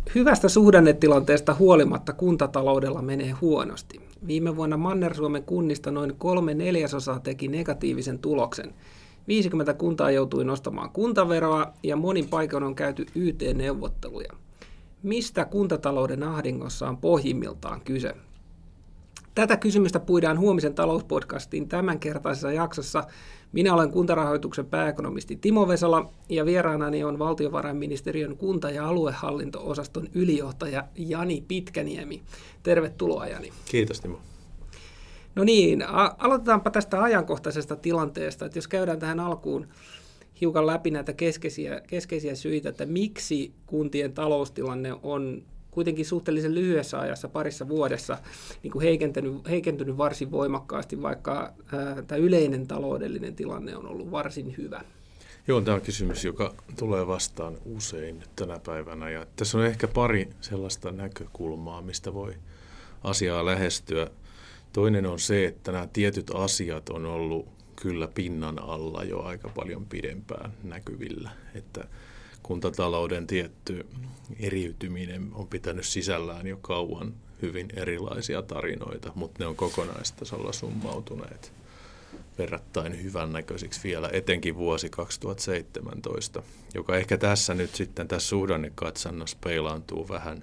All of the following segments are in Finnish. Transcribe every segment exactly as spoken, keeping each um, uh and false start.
Hyvästä suhdannetilanteesta huolimatta kuntataloudella menee huonosti. Viime vuonna Manner-Suomen kunnista noin kolme neljäsosaa teki negatiivisen tuloksen. viisikymmentä kuntaa joutui nostamaan kuntaveroa ja monin paikoin on käyty Y T-neuvotteluja. Mistä kuntatalouden ahdingossa on pohjimmiltaan kyse? Tätä kysymystä puidaan huomisen talouspodcastin tämänkertaisessa jaksossa. Minä olen kuntarahoituksen pääekonomisti Timo Vesala ja vieraanani on valtiovarainministeriön kunta- ja aluehallinto-osaston ylijohtaja Jani Pitkäniemi. Tervetuloa, Jani. Kiitos, Timo. No niin, a- aloitetaanpa tästä ajankohtaisesta tilanteesta, että jos käydään tähän alkuun hiukan läpi näitä keskeisiä, keskeisiä syitä, että miksi kuntien taloustilanne on kuitenkin suhteellisen lyhyessä ajassa, parissa vuodessa, niin kuin heikentynyt, heikentynyt varsin voimakkaasti, vaikka ää, tämä yleinen taloudellinen tilanne on ollut varsin hyvä. Joo, tämä on kysymys, joka tulee vastaan usein tänä päivänä. Ja tässä on ehkä pari sellaista näkökulmaa, mistä voi asiaa lähestyä. Toinen on se, että nämä tietyt asiat on ollut kyllä pinnan alla jo aika paljon pidempään näkyvillä, että kuntatalouden tietty eriytyminen on pitänyt sisällään jo kauan hyvin erilaisia tarinoita, mutta ne on kokonaistasolla summautuneet verrattain hyvännäköisiksi vielä, etenkin vuosi kaksituhattaseitsemäntoista, joka ehkä tässä nyt sitten tässä suhdannekatsannossa peilaantuu vähän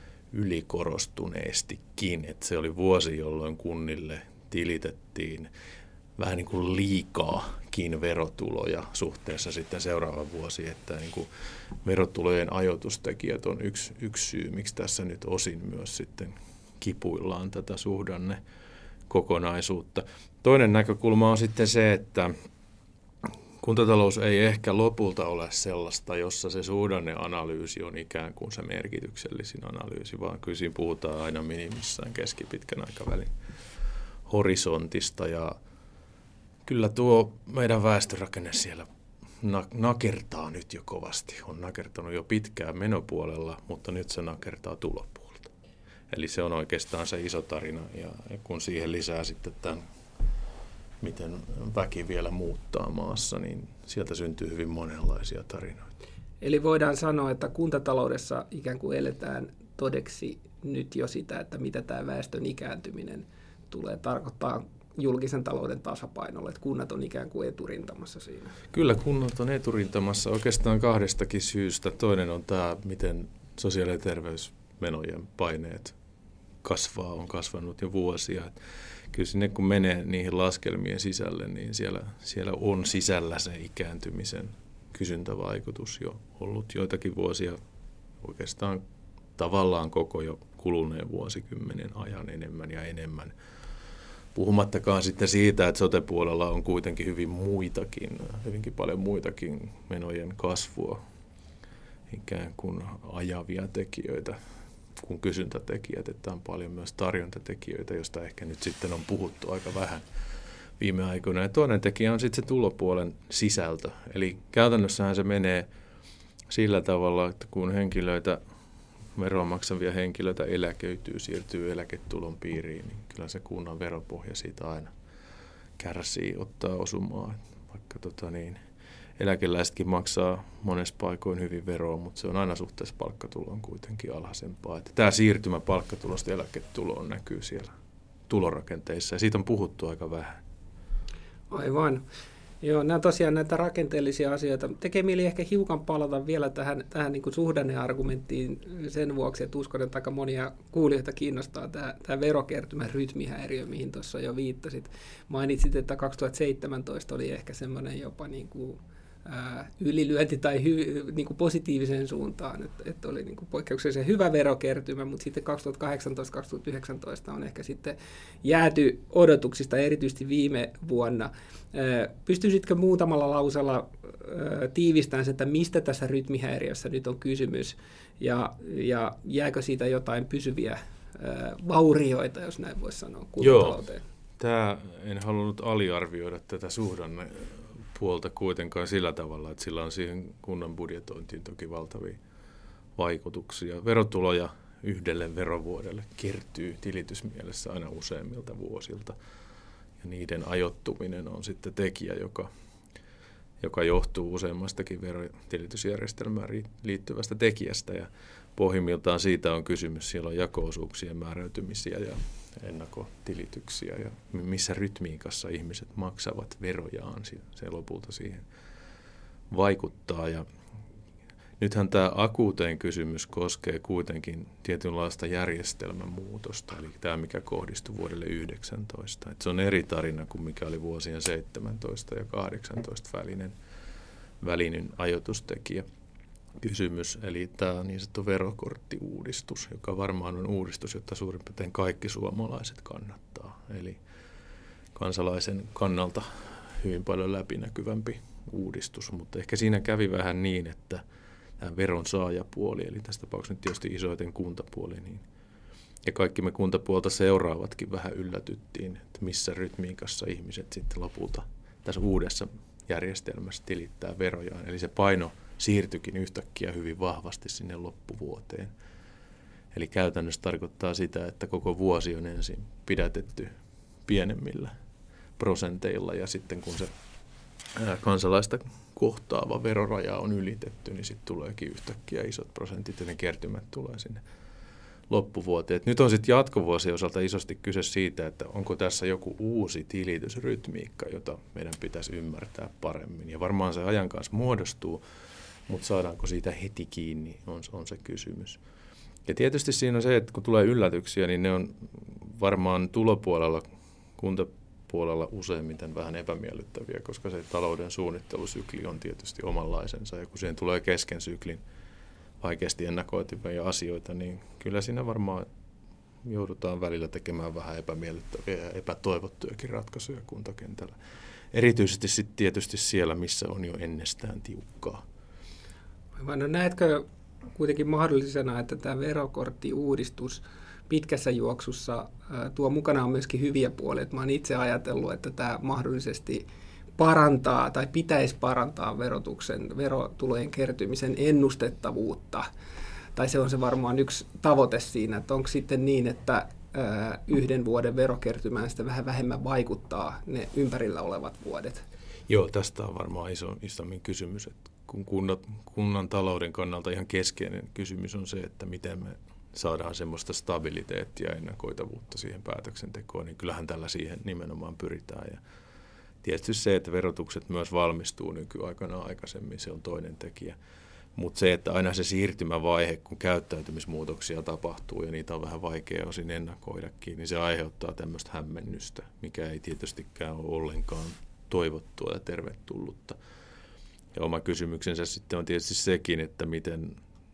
ylikorostuneestikin, että se oli vuosi, jolloin kunnille tilitettiin vähän niin kuin liikaakin verotuloja suhteessa sitten seuraava vuosi, että niin kuin verotulojen ajoitustekijät on yksi, yksi syy, miksi tässä nyt osin myös sitten kipuillaan tätä suhdanne kokonaisuutta. Toinen näkökulma on sitten se, että kuntatalous ei ehkä lopulta ole sellaista, jossa se suhdanneanalyysi on ikään kuin se merkityksellisin analyysi, vaan kyllä siinä puhutaan aina minimissään keskipitkän aikavälin horisontista ja kyllä tuo meidän väestörakenne siellä nakertaa nyt jo kovasti. On nakertanut jo pitkään menopuolella, mutta nyt se nakertaa tulopuolta. Eli se on oikeastaan se iso tarina. Ja kun siihen lisää sitten tämän, miten väki vielä muuttaa maassa, niin sieltä syntyy hyvin monenlaisia tarinoita. Eli voidaan sanoa, että kuntataloudessa ikään kuin eletään todeksi nyt jo sitä, että mitä tämä väestön ikääntyminen tulee tarkoittaa julkisen talouden tasapainolle, että kunnat on ikään kuin eturintamassa siinä. Kyllä kunnat on eturintamassa oikeastaan kahdestakin syystä. Toinen on tämä, miten sosiaali- ja terveysmenojen paineet kasvaa, on kasvanut jo vuosia. Kyllä sinne kun menee niihin laskelmien sisälle, niin siellä, siellä on sisällä se ikääntymisen kysyntävaikutus jo ollut joitakin vuosia, oikeastaan tavallaan koko jo kuluneen vuosikymmenen ajan enemmän ja enemmän. Puhumattakaan sitten siitä, että sote-puolella on kuitenkin hyvin muitakin, hyvinkin paljon muitakin menojen kasvua, ikään kuin ajavia tekijöitä kuin kysyntätekijät, että on paljon myös tarjontatekijöitä, joista ehkä nyt sitten on puhuttu aika vähän viime aikoina. Ja toinen tekijä on sitten se tulopuolen sisältö, eli käytännössähän se menee sillä tavalla, että kun henkilöitä veroa maksavia henkilöitä eläköityy, siirtyy eläketulon piiriin, niin kyllä se kunnan veropohja siitä aina kärsii, ottaa osumaa. Vaikka tota niin, eläkeläisetkin maksaa monessa paikoin hyvin veroa, mutta se on aina suhteessa palkkatuloon kuitenkin alhaisempaa. Että tämä siirtymä palkkatulosta eläketuloon näkyy siellä tulorakenteissa ja siitä on puhuttu aika vähän. Aivan. Joo, nämä tosiaan näitä rakenteellisia asioita. Tekee mieli ehkä hiukan palata vielä tähän, tähän niin kuin suhdanneargumenttiin sen vuoksi, että uskon, että aika monia kuulijoita kiinnostaa tämä, tämä verokertymän rytmihäiriö, mihin tuossa jo viittasit. Mainitsit, että kaksituhattaseitsemäntoista oli ehkä semmoinen jopa niin kuin, ää, ylilyönti tai hy, niin kuin positiiviseen suuntaan, että, että oli niin kuin poikkeuksellisen hyvä verokertymä, mutta sitten kaksituhattakahdeksantoista kaksituhattayhdeksäntoista on ehkä sitten jääty odotuksista, erityisesti viime vuonna. Pystyisitkö muutamalla lausella tiivistämään se, että mistä tässä rytmihäiriössä nyt on kysymys ja, ja jääkö siitä jotain pysyviä vaurioita, jos näin voisi sanoa, kuntatalouteen? Joo, tämä, en halunnut aliarvioida tätä suhdanne puolta kuitenkaan sillä tavalla, että sillä on siihen kunnan budjetointiin toki valtavia vaikutuksia. Verotuloja yhdelle verovuodelle kertyy tilitysmielessä aina useimmilta vuosilta. Ja niiden ajoittuminen on sitten tekijä, joka, joka johtuu useammastakin verotilitysjärjestelmään liittyvästä tekijästä. Ja pohjimmiltaan siitä on kysymys. Siellä on jako-osuuksien määräytymisiä ja ennakkotilityksiä ja missä rytmiikassa ihmiset maksavat verojaan. Se lopulta siihen vaikuttaa. Ja nythän tämä akuutein kysymys koskee kuitenkin tietynlaista järjestelmän muutosta, eli tämä, mikä kohdistui vuodelle yhdeksäntoista. Et se on eri tarina kuin mikä oli vuosien seitsemäntoista ja kahdeksantoista välinen, välinen ajoitustekijä kysymys, eli tämä niin sanottu verokorttiuudistus, joka varmaan on uudistus, jota suurin piirtein kaikki suomalaiset kannattaa. Eli kansalaisen kannalta hyvin paljon läpinäkyvämpi uudistus, mutta ehkä siinä kävi vähän niin, että tämä veron saajapuoli, eli tässä tapauksessa nyt tietysti isoiten kuntapuoli, niin, ja kaikki me kuntapuolta seuraavatkin vähän yllätyttiin, että missä rytmiikassa ihmiset sitten lopulta tässä uudessa järjestelmässä tilittää verojaan. Eli se paino siirtyikin yhtäkkiä hyvin vahvasti sinne loppuvuoteen. Eli käytännössä tarkoittaa sitä, että koko vuosi on ensin pidätetty pienemmillä prosenteilla, ja sitten kun se kansalaista kohtaava veroraja on ylitetty, niin sitten tuleekin yhtäkkiä isot prosentit ja ne kertymät tulee sinne loppuvuoteen. Et nyt on sitten jatkovuosien osalta isosti kyse siitä, että onko tässä joku uusi tilitysrytmiikka, jota meidän pitäisi ymmärtää paremmin. Ja varmaan se ajan kanssa muodostuu, mutta saadaanko siitä heti kiinni, on, on se kysymys. Ja tietysti siinä on se, että kun tulee yllätyksiä, niin ne on varmaan tulopuolella, kuntapuolella useimmiten vähän epämiellyttäviä, koska se talouden suunnittelusykli on tietysti omanlaisensa. Ja kun siihen tulee kesken syklin vaikeasti ennakoitavia asioita, niin kyllä siinä varmaan joudutaan välillä tekemään vähän epämiellyttäviä ja epätoivottujakin ratkaisuja kuntakentällä. Erityisesti sitten tietysti siellä, missä on jo ennestään tiukkaa. No näetkö kuitenkin mahdollisena, että tämä verokorttiuudistus pitkässä juoksussa tuo mukanaan myöskin hyviä puolia? Mä oon itse ajatellut, että tämä mahdollisesti parantaa tai pitäisi parantaa verotuksen, verotulojen kertymisen ennustettavuutta. Tai se on se varmaan yksi tavoite siinä, että onko sitten niin, että yhden vuoden verokertymään sitä vähän vähemmän vaikuttaa ne ympärillä olevat vuodet? Joo, tästä on varmaan iso, isommin kysymys. Että kun kunnat, kunnan talouden kannalta ihan keskeinen kysymys on se, että miten me saadaan semmoista stabiliteettia ja ennakoitavuutta siihen päätöksentekoon, niin kyllähän tällä siihen nimenomaan pyritään. Ja tietysti se, että verotukset myös valmistuu nykyaikana aikaisemmin, se on toinen tekijä. Mutta se, että aina se siirtymävaihe, kun käyttäytymismuutoksia tapahtuu ja niitä on vähän vaikea osin ennakoidakin, niin se aiheuttaa tämmöistä hämmennystä, mikä ei tietystikään ole ollenkaan toivottua ja tervetullutta. Ja oma kysymyksensä sitten on tietysti sekin, että miten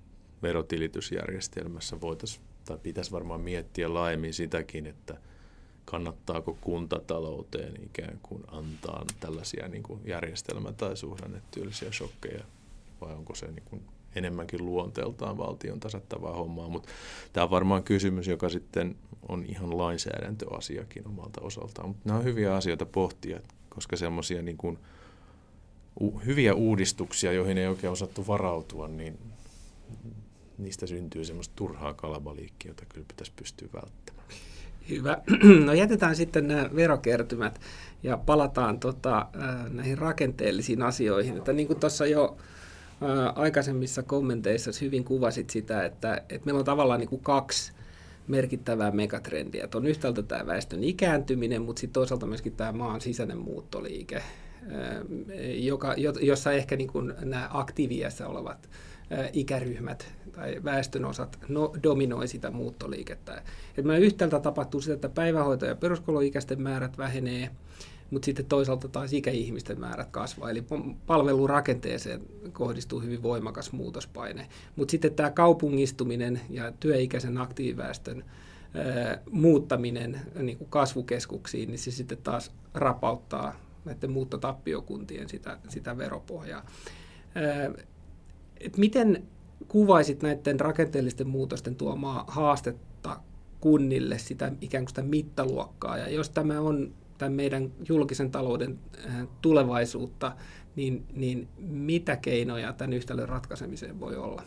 verotilitysjärjestelmässä voitaisiin, tai pitäisi varmaan miettiä laajemmin sitäkin, että kannattaako kuntatalouteen ikään kuin antaa tällaisia niin kuin järjestelmä- tai suhdannetyylisiä shokkeja, vai onko se niin kuin enemmänkin luonteeltaan valtion tasattavaa hommaa. Mutta tämä on varmaan kysymys, joka sitten on ihan lainsäädäntöasiakin omalta osaltaan. Mutta nämä on hyviä asioita pohtia, koska semmoisia niin kuin u- hyviä uudistuksia, joihin ei oikein osattu varautua, niin niistä syntyy semmoista turhaa kalabaliikkia, jota kyllä pitäisi pystyä välttämään. Hyvä. No jätetään sitten nämä verokertymät ja palataan tota, näihin rakenteellisiin asioihin. Että niin kuin tuossa jo ää, aikaisemmissa kommenteissa hyvin kuvasit sitä, että, että meillä on tavallaan niin kuin kaksi merkittävää megatrendiä. Että on yhtäältä tämä väestön ikääntyminen, mutta sitten toisaalta myöskin tämä maan sisäinen muuttoliike, ää, joka, jossa ehkä niin kuin nämä aktiiviässä olevat ikäryhmät tai väestönosat no, dominoi sitä muuttoliikettä. Et meillä yhtäältä tapahtuu sitä, että päivähoito- ja peruskouluikäisten määrät vähenee, mutta sitten toisaalta taas ikäihmisten määrät kasvaa. Eli palvelurakenteeseen kohdistuu hyvin voimakas muutospaine. Mutta sitten tämä kaupungistuminen ja työikäisen aktiiviväestön ää, muuttaminen niin kuin kasvukeskuksiin, niin se sitten taas rapauttaa näiden muuttotappiokuntien sitä, sitä veropohjaa. Ää, Et miten kuvaisit näiden rakenteellisten muutosten tuomaa haastetta kunnille, sitä ikään kuin sitä mittaluokkaa? Ja jos tämä on tämän meidän julkisen talouden tulevaisuutta, niin, niin mitä keinoja tämän yhtälön ratkaisemiseen voi olla?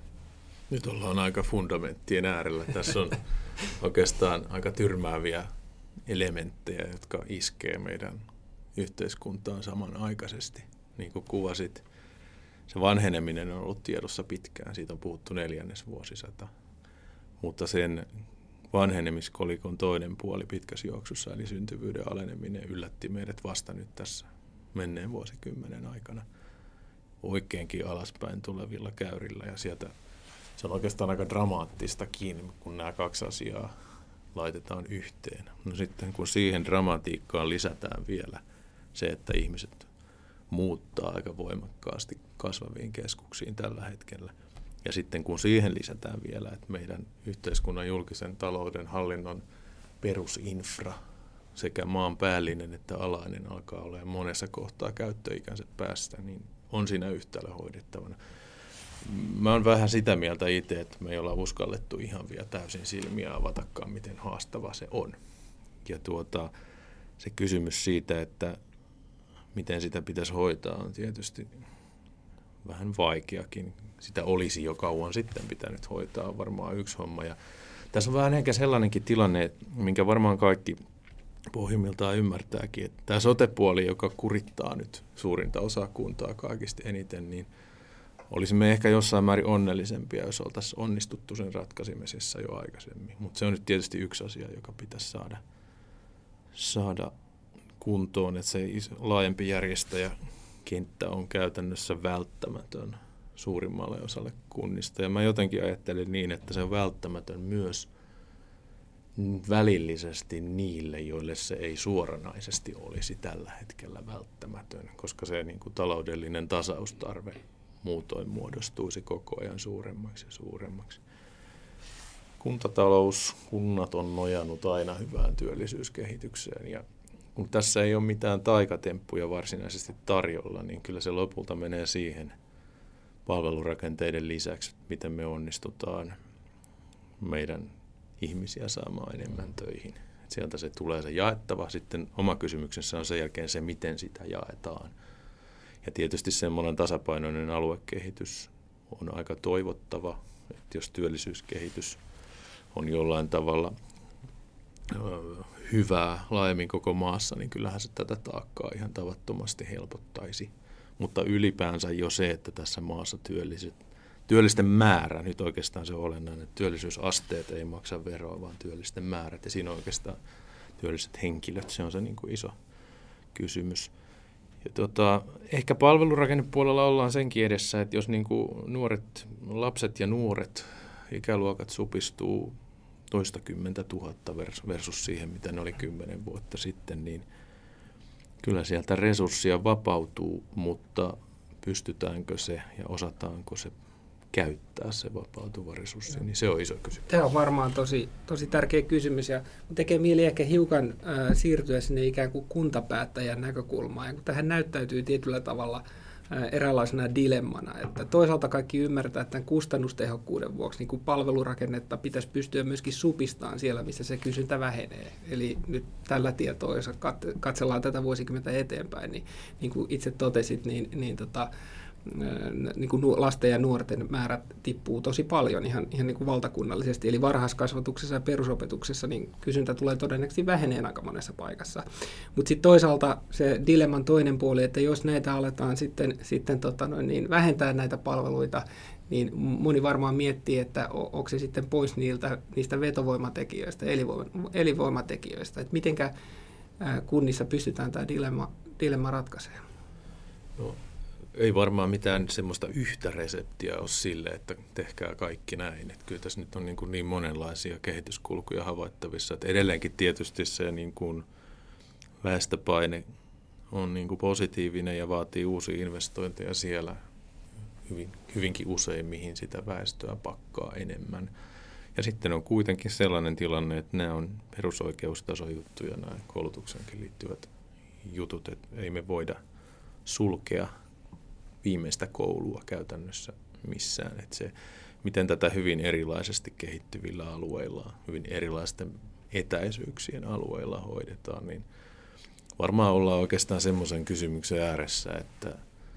Nyt ollaan aika fundamenttien äärellä. Tässä on oikeastaan aika tyrmääviä elementtejä, jotka iskee meidän yhteiskuntaan samanaikaisesti, niin kuin kuvasit. se vanheneminen on ollut tiedossa pitkään, siitä on puhuttu neljännesvuosisata, mutta sen vanhenemiskolikon toinen puoli pitkässä juoksussa, eli syntyvyyden aleneminen, yllätti meidät vasta nyt tässä menneen vuosikymmenen aikana oikeinkin alaspäin tulevilla käyrillä. Ja sieltä se on oikeastaan aika dramaattistakin, kun nämä kaksi asiaa laitetaan yhteen. No sitten kun siihen dramatiikkaan lisätään vielä se, että ihmiset muuttaa aika voimakkaasti kasvaviin keskuksiin tällä hetkellä. Ja sitten kun siihen lisätään vielä, että meidän yhteiskunnan julkisen talouden hallinnon perusinfra sekä maan päällinen että alainen alkaa olla monessa kohtaa käyttöikänsä päästä, niin on siinä yhtälö hoidettavana. Mä oon vähän sitä mieltä itse, että me ei olla uskallettu ihan vielä täysin silmiä avatakaan, miten haastava se on. Ja tuota, se kysymys siitä, että miten sitä pitäisi hoitaa, on tietysti vähän vaikeakin. Sitä olisi jo kauan sitten pitänyt hoitaa, on varmaan yksi homma. Ja tässä on vähän ehkä sellainenkin tilanne, minkä varmaan kaikki pohjimmiltaan ymmärtääkin, että tämä sote-puoli, joka kurittaa nyt suurinta osaa kuntaa kaikista eniten, niin olisimme ehkä jossain määrin onnellisempia, jos oltaisiin onnistuttu sen ratkaisemisessa jo aikaisemmin. Mutta se on nyt tietysti yksi asia, joka pitäisi saada, saada kuntoon, että se laajempi järjestäjäkenttä on käytännössä välttämätön suurimmalle osalle kunnista. Ja mä jotenkin ajattelin niin, että se on välttämätön myös välillisesti niille, joille se ei suoranaisesti olisi tällä hetkellä välttämätön, koska se niin kuin taloudellinen tasaustarve muutoin muodostuisi koko ajan suuremmaksi ja suuremmaksi. Kuntatalous, kunnat on nojannut aina hyvään työllisyyskehitykseen ja kun tässä ei ole mitään taikatemppuja varsinaisesti tarjolla, niin kyllä se lopulta menee siihen palvelurakenteiden lisäksi, miten me onnistutaan meidän ihmisiä saamaan enemmän töihin. Et sieltä se tulee se jaettava. Sitten oma kysymyksensä on sen jälkeen se, miten sitä jaetaan. Ja tietysti semmoinen tasapainoinen aluekehitys on aika toivottava, että jos työllisyyskehitys on jollain tavalla hyvää laajemmin koko maassa, niin kyllähän se tätä taakkaa ihan tavattomasti helpottaisi. Mutta ylipäänsä jo se, että tässä maassa työlliset, työllisten määrä, nyt oikeastaan se on olennainen, että työllisyysasteet ei maksa veroa, vaan työllisten määrät. Ja siinä oikeastaan työlliset henkilöt, se on se niin kuin iso kysymys. Ja tota, ehkä palvelurakennepuolella ollaan senkin edessä, että jos niin kuin nuoret, lapset ja nuoret ikäluokat supistuu toistakymmentä tuhatta versus siihen, mitä ne oli kymmenen vuotta sitten, niin kyllä sieltä resurssia vapautuu, mutta pystytäänkö se ja osataanko se käyttää se vapautuva resurssi, niin se on iso kysymys. Tämä on varmaan tosi, tosi tärkeä kysymys ja tekee mieli ehkä hiukan äh, siirtyä sinne ikään kuin kuntapäättäjän näkökulmaan, ja kun tähän näyttäytyy tietyllä tavalla eräänlaisena dilemmana, että toisaalta kaikki ymmärtää, että tämän kustannustehokkuuden vuoksi niin kuin palvelurakennetta pitäisi pystyä myöskin supistamaan siellä, missä se kysyntä vähenee. Eli nyt tällä tietoa, jos katsellaan tätä vuosikymmentä eteenpäin, niin, niin kuin itse totesit, niin, niin tota, niin kuin lasten ja nuorten määrät tippuu tosi paljon ihan, ihan niin kuin valtakunnallisesti. Eli varhaiskasvatuksessa ja perusopetuksessa niin kysyntä tulee todennäköisesti väheneen aika monessa paikassa. Mutta sitten toisaalta se dilemman toinen puoli, että jos näitä aletaan sitten, sitten tota noin, niin vähentää näitä palveluita, niin moni varmaan miettii, että onko se sitten pois niiltä, niistä vetovoimatekijöistä, elinvoima, elinvoimatekijöistä. Että mitenkä kunnissa pystytään tämä dilemma, dilemma ratkaisemaan? No. Ei varmaan mitään semmoista yhtä reseptiä ole sille, että tehkää kaikki näin. Että kyllä tässä nyt on niin, kuin niin monenlaisia kehityskulkuja havaittavissa. Että edelleenkin tietysti se niin kuin väestöpaine on niin kuin positiivinen ja vaatii uusia investointeja siellä hyvin, hyvinkin usein, mihin sitä väestöä pakkaa enemmän. Ja sitten on kuitenkin sellainen tilanne, että nämä on perusoikeustasojuttuja, nämä koulutukseenkin liittyvät jutut, että ei me voida sulkea viimeistä koulua käytännössä missään. Että se, miten tätä hyvin erilaisesti kehittyvillä alueilla, hyvin erilaisten etäisyyksien alueilla hoidetaan, niin varmaan ollaan oikeastaan semmoisen kysymyksen ääressä, että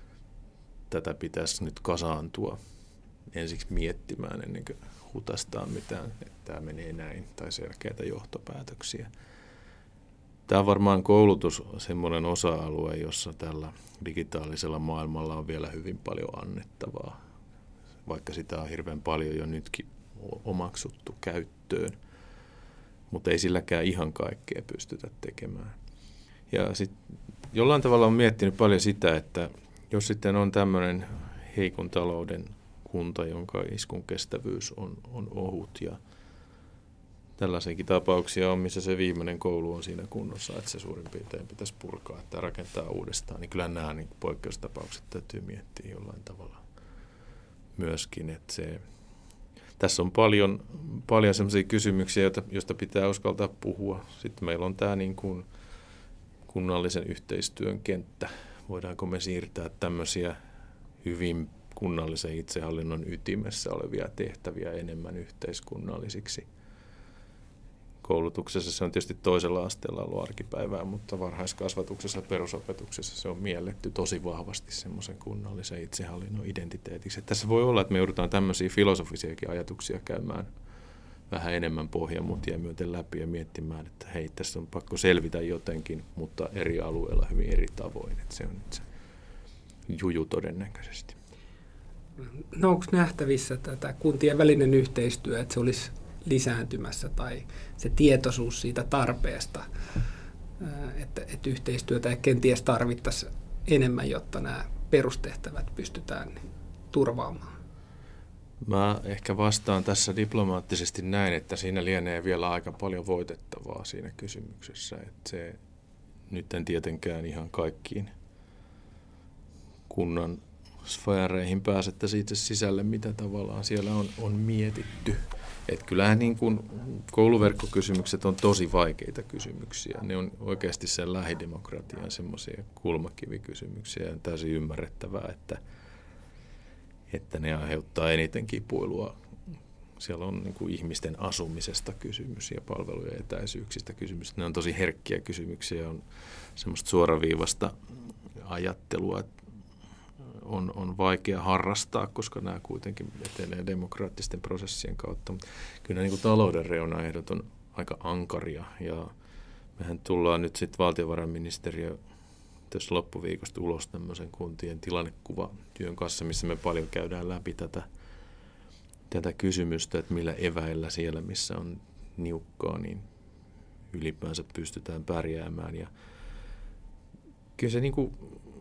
tätä pitäisi nyt kasaantua ensiksi miettimään ennen kuin hutastaan mitään, että tämä menee näin tai selkeitä johtopäätöksiä. Tämä on varmaan koulutus semmoinen osa-alue, jossa tällä digitaalisella maailmalla on vielä hyvin paljon annettavaa, vaikka sitä on hirveän paljon jo nytkin omaksuttu käyttöön, mutta ei silläkään ihan kaikkea pystytä tekemään. Ja sitten jollain tavalla on miettinyt paljon sitä, että jos sitten on tämmöinen heikon talouden kunta, jonka iskun kestävyys on, on ohut ja tällaisenkin tapauksia on, missä se viimeinen koulu on siinä kunnossa, että se suurin piirtein pitäisi purkaa, että rakentaa uudestaan, niin kyllä nämä niin poikkeustapaukset täytyy miettiä jollain tavalla myöskin, että se, tässä on paljon, paljon sellaisia kysymyksiä, joita, joista pitää uskaltaa puhua. Sitten meillä on tämä niin kuin kunnallisen yhteistyön kenttä. Voidaanko me siirtää tämmöisiä hyvin kunnallisen itsehallinnon ytimessä olevia tehtäviä enemmän yhteiskunnallisiksi? Koulutuksessa se on tietysti toisella asteella ollut arkipäivää, mutta varhaiskasvatuksessa ja perusopetuksessa se on mielletty tosi vahvasti semmoisen kunnallisen itsehallinnon identiteetiksi. Että tässä voi olla, että me joudutaan tämmöisiä filosofisiakin ajatuksia käymään vähän enemmän pohjamutia myöten läpi ja miettimään, että hei, tässä on pakko selvitä jotenkin, mutta eri alueilla hyvin eri tavoin. Että se on nyt se juju todennäköisesti. No onko nähtävissä tätä kuntien välinen yhteistyö, että se olisi lisääntymässä tai se tietoisuus siitä tarpeesta, että, että yhteistyötä kenties tarvittaisiin enemmän, jotta nämä perustehtävät pystytään turvaamaan? Mä ehkä vastaan tässä diplomaattisesti näin, että siinä lienee vielä aika paljon voitettavaa siinä kysymyksessä, että se nyt en tietenkään ihan kaikkiin kunnan sfääreihin pääsettäisiin itse sisälle, mitä tavallaan siellä on, on mietitty. Että kyllähän niin kuin kouluverkkokysymykset on tosi vaikeita kysymyksiä. Ne on oikeasti sen lähidemokratian semmoisia kulmakivikysymyksiä ja on täysin ymmärrettävää, että, että ne aiheuttaa eniten kipuilua. Siellä on niin kuin ihmisten asumisesta kysymys ja palvelujen etäisyyksistä kysymys. Ne on tosi herkkiä kysymyksiä ja on semmoista suoraviivasta ajattelua, On, on vaikea harrastaa, koska nämä kuitenkin etenee demokraattisten prosessien kautta. Mutta kyllä niin kuin talouden reunaehdot on aika ankaria ja mehän tullaan nyt sitten valtiovarainministeriö tässä loppuviikosta ulos tämmöisen kuntien tilannekuvatyön kanssa, missä me paljon käydään läpi tätä, tätä kysymystä, että millä eväillä siellä, missä on niukkaa, niin ylipäänsä pystytään pärjäämään. Ja kyllä se niin kuin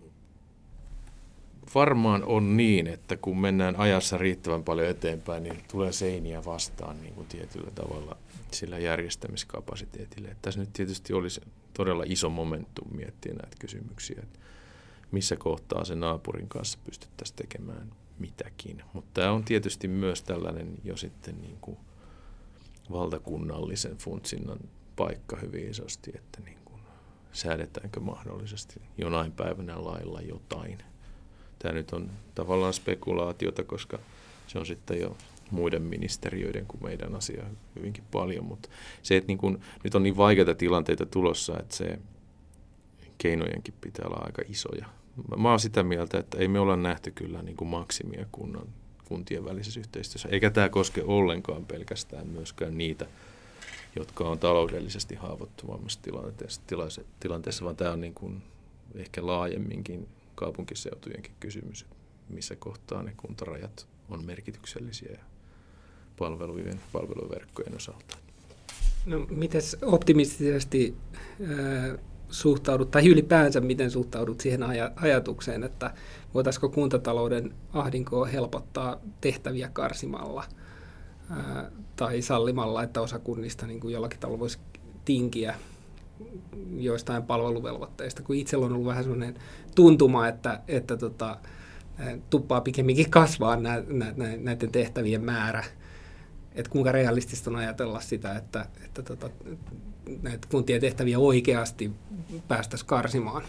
varmaan on niin, että kun mennään ajassa riittävän paljon eteenpäin, niin tulee seiniä vastaan niin kuin tietyllä tavalla sillä järjestämiskapasiteetillä. Että tässä nyt tietysti olisi todella iso momentum miettiä näitä kysymyksiä, että missä kohtaa se naapurin kanssa pystyttäisiin tekemään mitäkin. Mutta tämä on tietysti myös tällainen jo sitten niin kuin valtakunnallisen funtsinnan paikka hyvin isosti, että niin kuin säädetäänkö mahdollisesti jonain päivänä lailla jotain. Tämä nyt on tavallaan spekulaatiota, koska se on sitten jo muiden ministeriöiden kuin meidän asia hyvinkin paljon, mutta se, että niin kun, nyt on niin vaikeita tilanteita tulossa, että se keinojenkin pitää olla aika isoja. Mä oon sitä mieltä, että ei me olla nähty kyllä niin kuin maksimia kunnan, kuntien välisessä yhteistyössä, eikä tämä koske ollenkaan pelkästään myöskään niitä, jotka on taloudellisesti haavoittuvammassa tilanteessa, tilanteessa vaan tämä on niin kuin ehkä laajemminkin kaupunkiseutujenkin kysymys, missä kohtaa ne kuntarajat on merkityksellisiä palvelujen, palveluverkkojen osalta. No, miten optimistisesti äh, suhtaudut, tai ylipäänsä miten suhtaudut siihen aj- ajatukseen, että voitaisiko kuntatalouden ahdinkoa helpottaa tehtäviä karsimalla äh, tai sallimalla, että osa kunnista niin kuin jollakin tavalla voisi tinkiä joistain palveluvelvoitteista, kun itsellä on ollut vähän sellainen tuntuma, että, että tota, tuppaa pikemminkin kasvaa nä, nä, nä, näiden tehtävien määrä. Että kuinka realistista on ajatella sitä, että, että tota, näitä kuntien tehtäviä oikeasti päästäisiin karsimaan.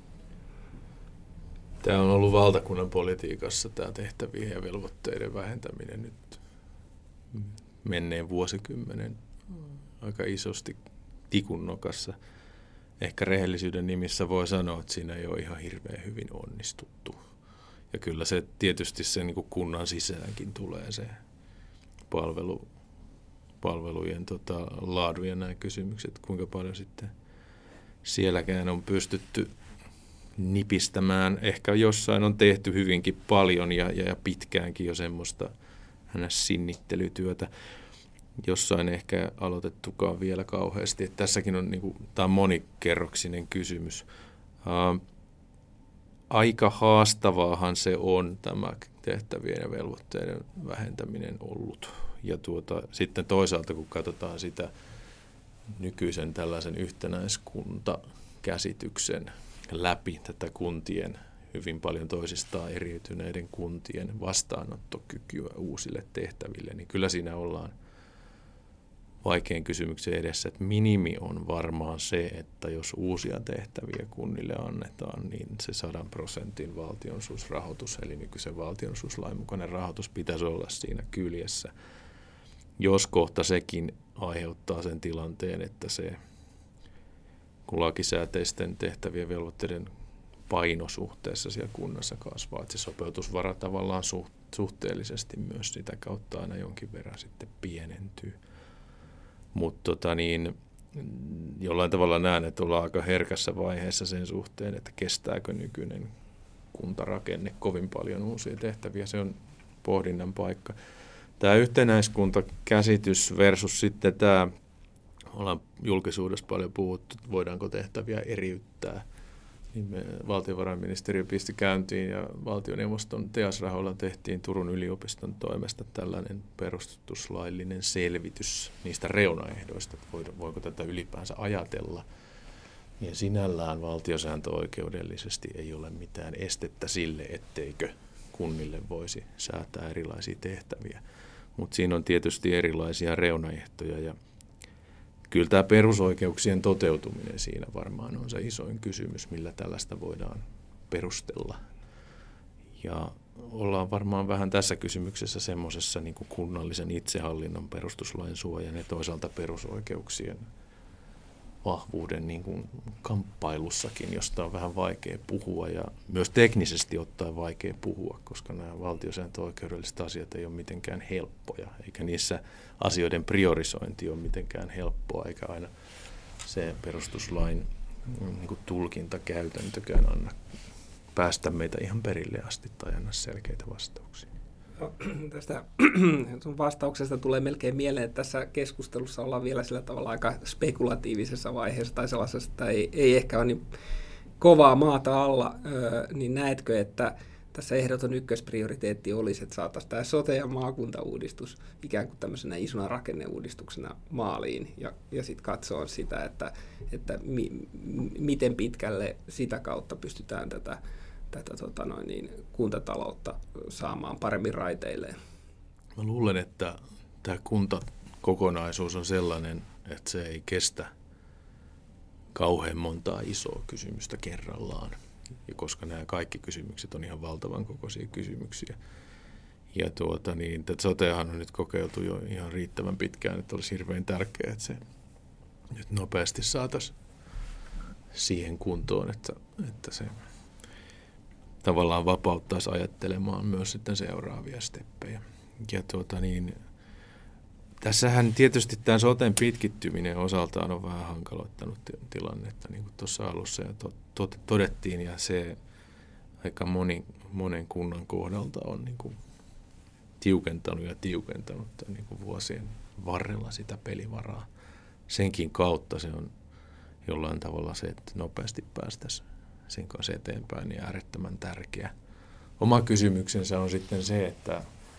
Tämä on ollut valtakunnan politiikassa tämä tehtävien ja velvoitteiden vähentäminen nyt menneen vuosikymmenen aika isosti tikun nokassa. Ehkä rehellisyyden nimissä voi sanoa, että siinä ei ole ihan hirveän hyvin onnistuttu. Ja kyllä se tietysti se niin kuin kunnan sisäänkin tulee se palvelu, palvelujen tota, laadun ja nämä kysymykset, kuinka paljon sitten sielläkään on pystytty nipistämään. Ehkä jossain on tehty hyvinkin paljon ja, ja, ja pitkäänkin jo semmoista hänen sinnittelytyötä. Jossain ehkä aloitettukaan vielä kauheasti. Että tässäkin on, niin kuin, tämä on monikerroksinen kysymys. Uh, aika haastavaahan se on tämä tehtävien ja velvoitteiden vähentäminen ollut. Ja tuota, sitten toisaalta, kun katsotaan sitä nykyisen tällaisen yhtenäiskuntakäsityksen läpi tätä kuntien, hyvin paljon toisistaan eriytyneiden kuntien vastaanottokykyä uusille tehtäville, niin kyllä siinä ollaan vaikean kysymyksen edessä, että minimi on varmaan se, että jos uusia tehtäviä kunnille annetaan, niin se sadan prosentin valtionosuusrahoitus, eli nykyisen valtionosuuslain mukainen rahoitus pitäisi olla siinä kyljessä. Jos kohta sekin aiheuttaa sen tilanteen, että se, kun lakisääteisten tehtävien velvoitteiden paino suhteessa siellä kunnassa kasvaa, että se sopeutusvara tavallaan suhteellisesti myös sitä kautta aina jonkin verran sitten pienentyy. Mutta tota niin, jollain tavalla näen, että ollaan aika herkässä vaiheessa sen suhteen, että kestääkö nykyinen kuntarakenne kovin paljon uusia tehtäviä. Se on pohdinnan paikka. Tämä yhtenäiskuntakäsitys versus sitten tämä, ollaan julkisuudessa paljon puhuttu, voidaanko tehtäviä eriyttää. Niin me valtiovarainministeriö pisti käyntiin ja valtioneuvoston teasrahoilla tehtiin Turun yliopiston toimesta tällainen perustuslaillinen selvitys niistä reunaehdoista, että voiko tätä ylipäänsä ajatella. Ja sinällään valtiosääntöoikeudellisesti ei ole mitään estettä sille, etteikö kunnille voisi säätää erilaisia tehtäviä. Mutta siinä on tietysti erilaisia reunaehtoja ja kyllä tämä perusoikeuksien toteutuminen siinä varmaan on se isoin kysymys, millä tällaista voidaan perustella. Ja ollaan varmaan vähän tässä kysymyksessä semmoisessa niin kuin kunnallisen itsehallinnon perustuslain suojan ja toisaalta perusoikeuksien vahvuuden niin kuin kamppailussakin, josta on vähän vaikea puhua ja myös teknisesti ottaen vaikea puhua, koska nämä valtiosääntöoikeudelliset asiat ei ole mitenkään helppoja, eikä niissä asioiden priorisointi ole mitenkään helppoa, eikä aina se perustuslain niin kuin tulkintakäytäntökään anna päästä meitä ihan perille asti tai anna selkeitä vastauksia. No, tästä sun vastauksesta tulee melkein mieleen, että tässä keskustelussa ollaan vielä sillä tavalla aika spekulatiivisessa vaiheessa tai sellaisessa, että ei, ei ehkä ole niin kovaa maata alla, niin näetkö, että tässä ehdoton ykkösprioriteetti olisi, että saataisiin tämä sote- ja maakuntauudistus ikään kuin tämmöisenä isona rakenneuudistuksena maaliin ja, ja sitten katsoa sitä, että, että mi, miten pitkälle sitä kautta pystytään tätä tätä tota noin, niin, kuntataloutta saamaan paremmin raiteilleen. Mä luulen, että tämä kuntakokonaisuus on sellainen, että se ei kestä kauhean montaa isoa kysymystä kerrallaan, ja koska nämä kaikki kysymykset on ihan valtavan kokoisia kysymyksiä. Ja tuota, niin, soteahan on nyt kokeiltu jo ihan riittävän pitkään, että olisi hirveän tärkeää, että se nyt nopeasti saataisiin siihen kuntoon, että, että se tavallaan vapauttaisi ajattelemaan myös sitten seuraavia steppejä. Ja tuota niin, tässähän tietysti tämän soten pitkittyminen osaltaan on vähän hankaloittanut tilannetta, niin kuin tuossa alussa ja to, to, todettiin, ja se aika moni, monen kunnan kohdalta on niin kuin tiukentanut ja tiukentanut niin kuin vuosien varrella sitä pelivaraa. Senkin kautta se on jollain tavalla se, että nopeasti päästäisiin sen kanssa eteenpäin, niin äärettömän tärkeä. Oma kysymyksensä on sitten se, että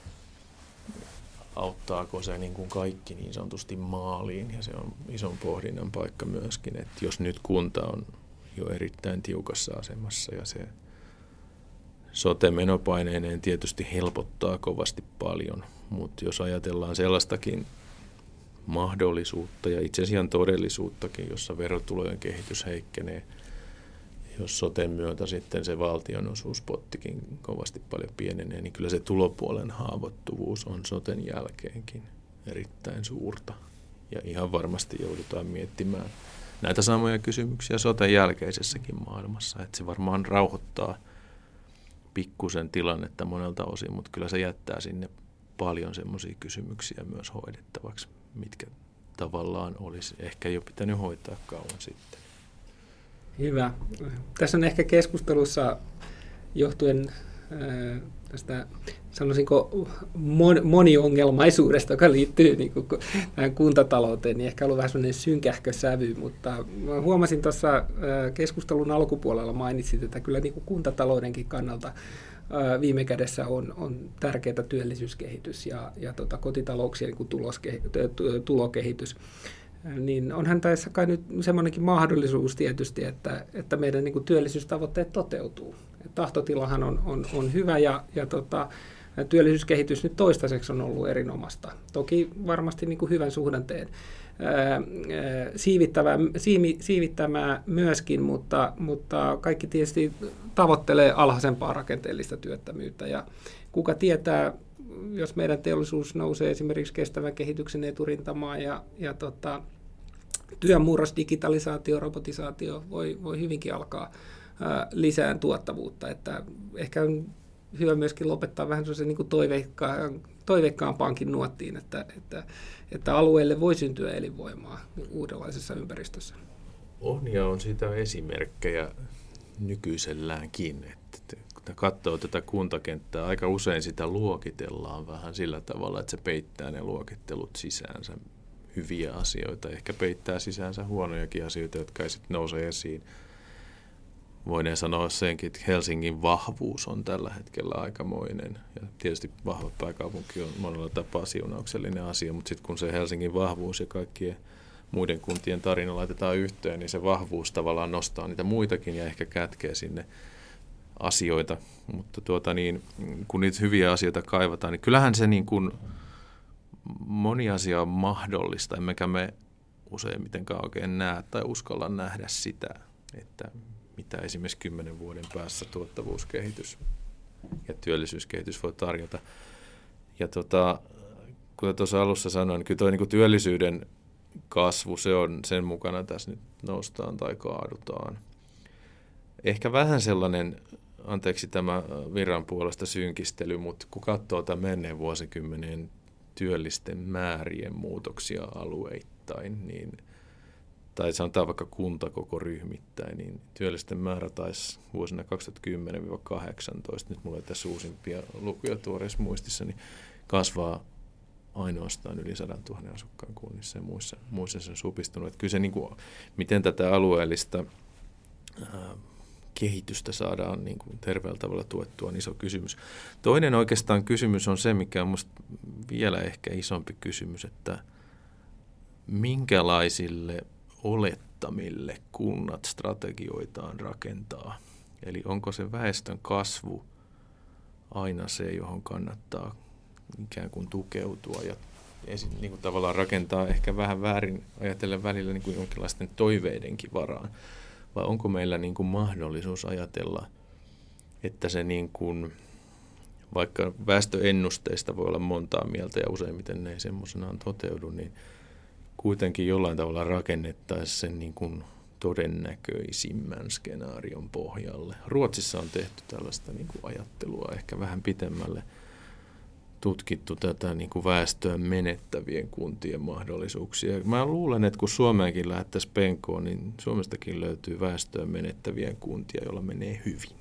auttaako se niin kuin kaikki niin sanotusti maaliin, ja se on ison pohdinnan paikka myöskin, että jos nyt kunta on jo erittäin tiukassa asemassa ja se sote-menopaineineen tietysti helpottaa kovasti paljon, mutta jos ajatellaan sellaistakin mahdollisuutta ja itse asiassa todellisuuttakin, jossa verotulojen kehitys heikkenee, jos soten myötä sitten se valtionosuuspottikin kovasti paljon pienenee, niin kyllä se tulopuolen haavoittuvuus on soten jälkeenkin erittäin suurta. Ja ihan varmasti joudutaan miettimään näitä samoja kysymyksiä soten jälkeisessäkin maailmassa. Että se varmaan rauhoittaa pikkusen tilannetta monelta osin, mutta kyllä se jättää sinne paljon semmoisia kysymyksiä myös hoidettavaksi, mitkä tavallaan olisi ehkä jo pitänyt hoitaa kauan sitten. Hyvä. Tässä on ehkä keskustelussa johtuen ää, tästä, sanoisinko, moniongelmaisuudesta, joka liittyy niin kuin tähän kuntatalouteen, niin ehkä ollut vähän sellainen synkähkö sävy, mutta huomasin tuossa keskustelun alkupuolella mainitsit, että kyllä niin kuin kuntataloudenkin kannalta ää, viime kädessä on, on tärkeää työllisyyskehitys ja, ja tota, kotitalouksien niin kuin tuloske, tulokehitys. Niin onhan tässä kai nyt semmoinenkin mahdollisuus tietysti, että, että meidän niin kuin työllisyystavoitteet toteutuu. Tahtotilahan on, on, on hyvä ja, ja tota, työllisyyskehitys nyt toistaiseksi on ollut erinomaista. Toki varmasti niin kuin hyvän suhdanteen ää, siivittävää, siivi, siivittämää myöskin, mutta, mutta kaikki tietysti tavoittelee alhaisempaa rakenteellista työttömyyttä. Ja kuka tietää, jos meidän teollisuus nousee esimerkiksi kestävän kehityksen eturintamaan ja, ja tota, työn murros, digitalisaatio, robotisaatio voi, voi hyvinkin alkaa ää, lisään tuottavuutta. Että ehkä on hyvä myöskin lopettaa vähän sellaisen niin kuin toiveikkaan, toiveikkaampaankin nuottiin, että, että, että alueelle voi syntyä elinvoimaa uudenlaisessa ympäristössä. On ja on siitä esimerkkejä nykyiselläänkin, että kun katsoo tätä kuntakenttää, aika usein sitä luokitellaan vähän sillä tavalla, että se peittää ne luokittelut sisäänsä hyviä asioita, ehkä peittää sisäänsä huonojakin asioita, jotka ei sitten nouse esiin. Voin sanoa senkin, että Helsingin vahvuus on tällä hetkellä aikamoinen. Ja tietysti vahva pääkaupunki on monella tapaa siunauksellinen asia, mutta sitten kun se Helsingin vahvuus ja kaikkien muiden kuntien tarina laitetaan yhteen, niin se vahvuus tavallaan nostaa niitä muitakin ja ehkä kätkee sinne asioita. Mutta tuota niin, kun niitä hyviä asioita kaivataan, niin kyllähän se niin kuin moni asia on mahdollista, emmekä me useimmitenkaan oikein näe tai uskalla nähdä sitä, että mitä esimerkiksi kymmenen vuoden päässä tuottavuuskehitys ja työllisyyskehitys voi tarjota. Ja tota, kuten tuossa alussa sanoin, niin kyllä tuo niin työllisyyden kasvu, se on sen mukana tässä nyt noustaan tai kaadutaan. Ehkä vähän sellainen, anteeksi tämä Virran puolesta synkistely, mutta kun katsoo tämän menneen vuosikymmenien työllisten määrien muutoksia alueittain, niin tai sanotaan vaikka kuntakoko ryhmittäin, niin työllisten määrä taisi vuosina kaksituhattakymmenen kahdeksantoista, nyt mulla ei tässä uusimpia lukuja tuoreessa muistissa, niin kasvaa ainoastaan yli sadantuhannen asukkaan kunnissa ja muissa, muissa se on supistunut. Että kyllä se, niin kuin, miten tätä alueellista ää, kehitystä saadaan niin kuin terveellä tavalla tuettua, on iso kysymys. Toinen oikeastaan kysymys on se, mikä on musta vielä ehkä isompi kysymys, että minkälaisille olettamille kunnat strategioitaan rakentaa. Eli onko se väestön kasvu aina se, johon kannattaa ikään kuin tukeutua ja esim, niin kuin tavallaan rakentaa ehkä vähän väärin ajatellen välillä niin kuin jonkinlaisten toiveidenkin varaan. Vai onko meillä niin kuin mahdollisuus ajatella, että se niin kuin, vaikka väestöennusteista voi olla montaa mieltä ja useimmiten ne ei semmoisenaan toteudu, niin kuitenkin jollain tavalla rakennettaisiin sen niin kuin todennäköisimmän skenaarion pohjalle. Ruotsissa on tehty tällaista niin kuin ajattelua ehkä vähän pitemmälle, tutkittu tätä niin kuin väestöön menettävien kuntien mahdollisuuksia. Mä luulen, että kun Suomeenkin lähdettäisiin penkoon, niin Suomestakin löytyy väestöön menettävien kuntia, joilla menee hyvin.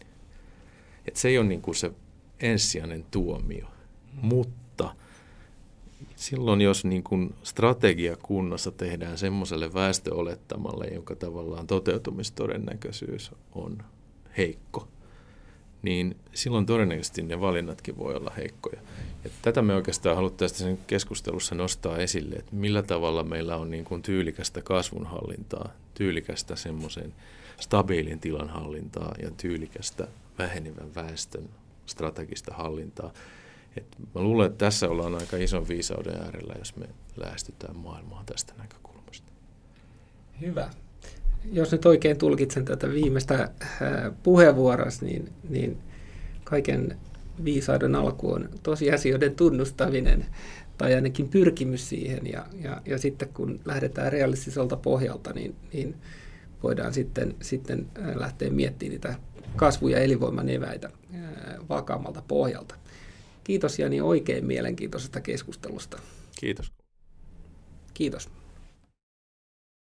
Et se ei ole niin kuin se ensisijainen tuomio, mm. mutta silloin, jos niin kuin strategiakunnassa tehdään semmoiselle väestöolettamalle, jonka tavallaan toteutumistodennäköisyys on heikko, niin silloin todennäköisesti ne valinnatkin voi olla heikkoja. Ja tätä me oikeastaan haluttaisiin sen keskustelussa nostaa esille, että millä tavalla meillä on niin kuin tyylikästä kasvunhallintaa, tyylikästä semmoisen stabiilin tilan hallintaa ja tyylikästä vähenevän väestön strategista hallintaa. Et mä luulen, että tässä ollaan aika ison viisauden äärellä, jos me lähestytään maailmaa tästä näkökulmasta. Hyvä. Jos nyt oikein tulkitsen tätä viimeistä puheenvuorosta, niin, niin kaiken viisauden alku on tosiasioiden tunnustaminen tai ainakin pyrkimys siihen. Ja, ja, ja sitten kun lähdetään realistiselta pohjalta, niin, niin voidaan sitten, sitten lähteä miettimään niitä kasvu- ja elinvoiman eväitä vakaammalta pohjalta. Kiitos Jani oikein mielenkiintoisesta keskustelusta. Kiitos. Kiitos.